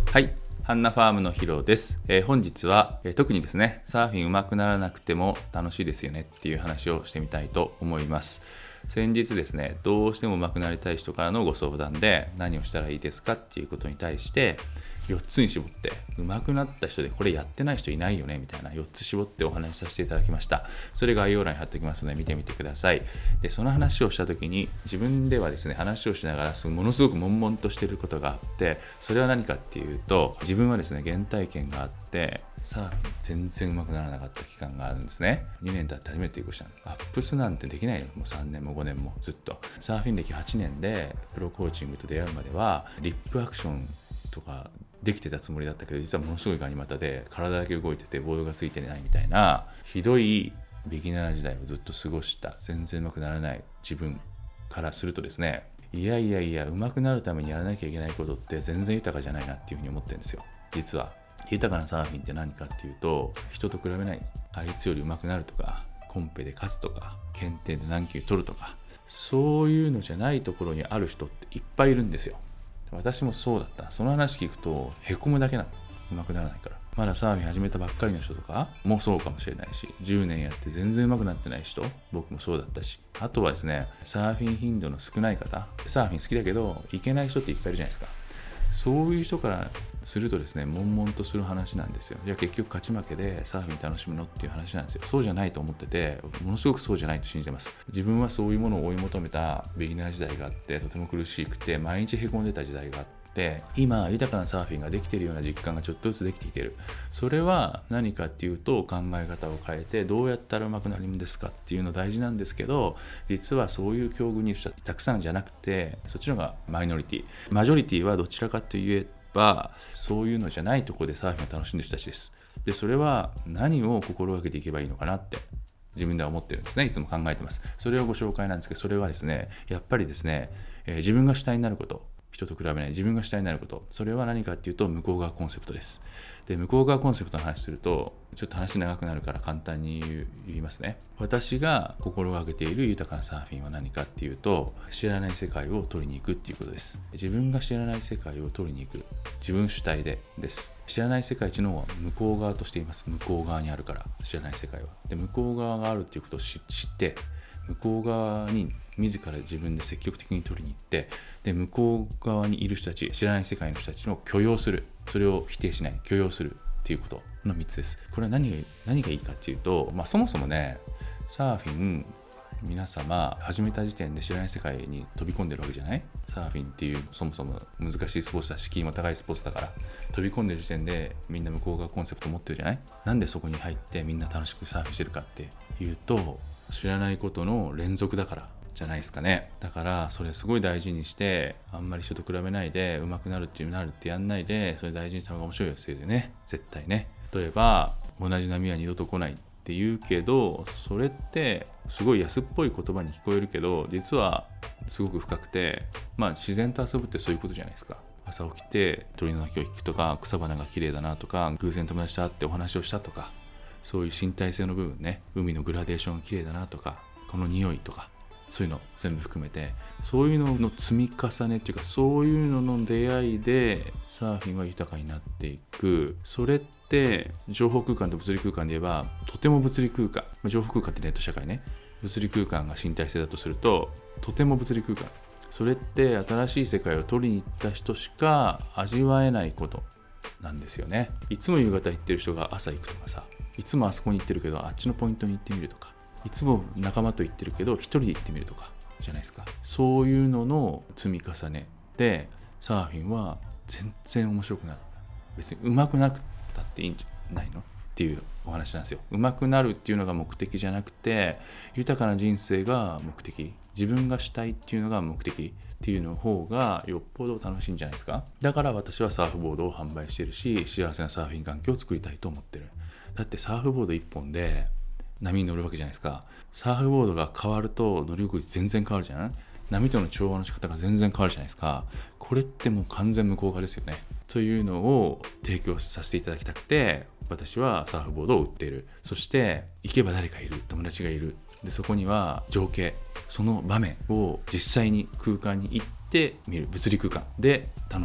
はい、ハンナファームのヒロです。本日は、特にですね、サーフィン上手くならなくても楽しいですよねっていう話をしてみたいと思います。先日ですね、どうしても上手くなりたい人からのご相談で何をしたらいいですかっていうことに対して4つに絞って上手くなった人でこれやってない人いないよねみたいな4つ絞ってお話しさせていただきました。それ概要欄に貼っておきますので見てみてください。で、その話をした時に自分ではですね、話をしながらものすごく悶々としていることがあって、それは何かっていうと、自分はですね、原体験があってサーフィン全然上手くならなかった期間があるんですね。2年経って初めて移行したの。アップスなんてできないよ。もう3年も5年もずっと。サーフィン歴8年でプロコーチングと出会うまではリップアクションとかできてたつもりだったけど、実はものすごいガニ股で体だけ動いててボードがついてないみたいなひどいビギナー時代をずっと過ごした全然上手くならない自分からするとですね、いや上手くなるためにやらなきゃいけないことって全然豊かじゃないなっていうふうに思ってるんですよ。実は豊かなサーフィンって何かっていうと、人と比べない、あいつより上手くなるとか、コンペで勝つとか、検定で何級取るとか、そういうのじゃないところにある人っていっぱいいるんですよ。私もそうだった。その話聞くとへこむだけなの。上手くならないから。まだサーフィン始めたばっかりの人とかもそうかもしれないし、10年やって全然上手くなってない人、僕もそうだったし、あとはですね、サーフィン頻度の少ない方、サーフィン好きだけど行けない人っていっぱいいるじゃないですか。そういう人からするとですね、悶々とする話なんですよ。じゃあ結局勝ち負けでサーフィン楽しむのっていう話なんですよ。そうじゃないと思ってて、ものすごくそうじゃないと信じてます。自分はそういうものを追い求めたビギナー時代があって、とても苦しくて毎日へこんでた時代があって、今豊かなサーフィンができているような実感がちょっとずつできてきている。それは何かっていうと、考え方を変えてどうやったら上手くなるんですかっていうの大事なんですけど、実はそういう境遇にいる人はたくさんじゃなくて、そっちの方がマイノリティ、マジョリティはどちらかといえばそういうのじゃないところでサーフィンを楽しんでる人たちです。で、それは何を心がけていけばいいのかなって自分では思ってるんですね。いつも考えてます。それをご紹介なんですけど、それはですね、やっぱりですね、自分が主体になること、人と比べない自分が主体になること、それは何かっていうと向こう側コンセプトです。で、向こう側コンセプトの話するとちょっと話長くなるから簡単に言いますね。私が心がけている豊かなサーフィンは何かっていうと、知らない世界を取りに行くっていうことです。自分が知らない世界を取りに行く、自分主体でです。知らない世界っていうのは向こう側としています。向こう側にあるから、知らない世界は。で、向こう側があるっていうことを知って向こう側に自ら自分で積極的に取りに行って、で向こう側にいる人たち、知らない世界の人たちを許容する、それを否定しない、許容するっていうことの3つです。これは何がいいかっていうと、そもそもね、サーフィン皆様始めた時点で知らない世界に飛び込んでるわけじゃない。サーフィンっていうそもそも難しいスポーツだ、敷居も高いスポーツだから、飛び込んでる時点でみんな向こう側コンセプト持ってるじゃない。なんでそこに入ってみんな楽しくサーフィンしてるかっていうと、知らないことの連続だからじゃないですかね。だからそれすごい大事にして、あんまり人と比べないで、上手くなるってやんないで、それ大事にした方が面白いですよね、絶対ね。例えば同じ波は二度と来ないって言うけど、それってすごい安っぽい言葉に聞こえるけど、実はすごく深くて、自然と遊ぶってそういうことじゃないですか。朝起きて鳥の鳴きを聞くとか、草花が綺麗だなとか、偶然友達と会ってお話をしたとか、そういう身体性の部分ね、海のグラデーションが綺麗だなとか、この匂いとか、そういうの全部含めて、そういうのの積み重ねっていうか、そういうのの出会いでサーフィンは豊かになっていく。それって情報空間と物理空間で言えば、とても物理空間、情報空間ってネット社会ね、物理空間が身体性だとすると、とても物理空間、それって新しい世界を取りに行った人しか味わえないことなんですよね。いつも夕方行ってる人が朝行くとかさ、いつもあそこに行ってるけどあっちのポイントに行ってみるとか、いつも仲間と行ってるけど一人で行ってみるとかじゃないですか。そういうのの積み重ねでサーフィンは全然面白くなる。別に上手くなくたっていいんじゃないのっていうお話なんですよ。上手くなるっていうのが目的じゃなくて、豊かな人生が目的、自分がしたいっていうのが目的っていうの方がよっぽど楽しいんじゃないですか。だから私はサーフボードを販売してるし、幸せなサーフィン環境を作りたいと思ってる。だってサーフボード1本で波に乗るわけじゃないですか。サーフボードが変わると乗り心地全然変わるじゃん。波との調和の仕方が全然変わるじゃないですか。これってもう完全無効化ですよね。というのを提供させていただきたくて、私はサーフボードを売っている。そして行けば誰かいる、友達がいる。でそこには情景、その場面を実際に空間に行って見る、物理空間で楽しむ。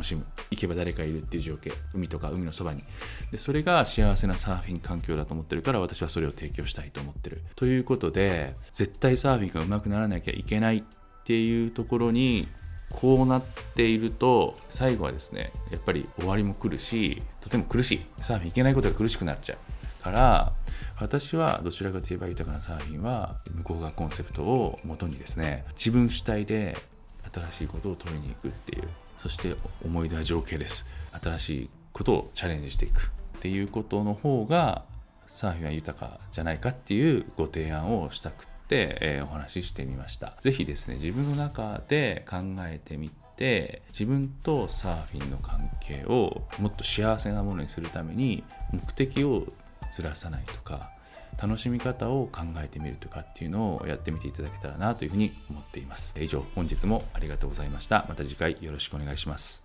行けば誰かいるっていう情景、海とか海のそばに。でそれが幸せなサーフィン環境だと思ってるから、私はそれを提供したいと思ってるということで、絶対サーフィンが上手くならなきゃいけないっていうところにこうなっていると、最後はですねやっぱり終わりも来るし、とても苦しい、サーフィンいけないことが苦しくなっちゃうから、私はどちらかといえば豊かなサーフィンは向こう側コンセプトを元にですね、自分主体で新しいことを取りに行くっていう、そして思い出は情景です、新しいことをチャレンジしていくっていうことの方がサーフィンは豊かじゃないかっていうご提案をしたくて、お話ししてみました。ぜひですね、自分の中で考えてみて、自分とサーフィンの関係をもっと幸せなものにするために目的をずらさないとか、楽しみ方を考えてみるとかっていうのをやってみていただけたらなというふうに思っています。以上、本日もありがとうございました。また次回よろしくお願いします。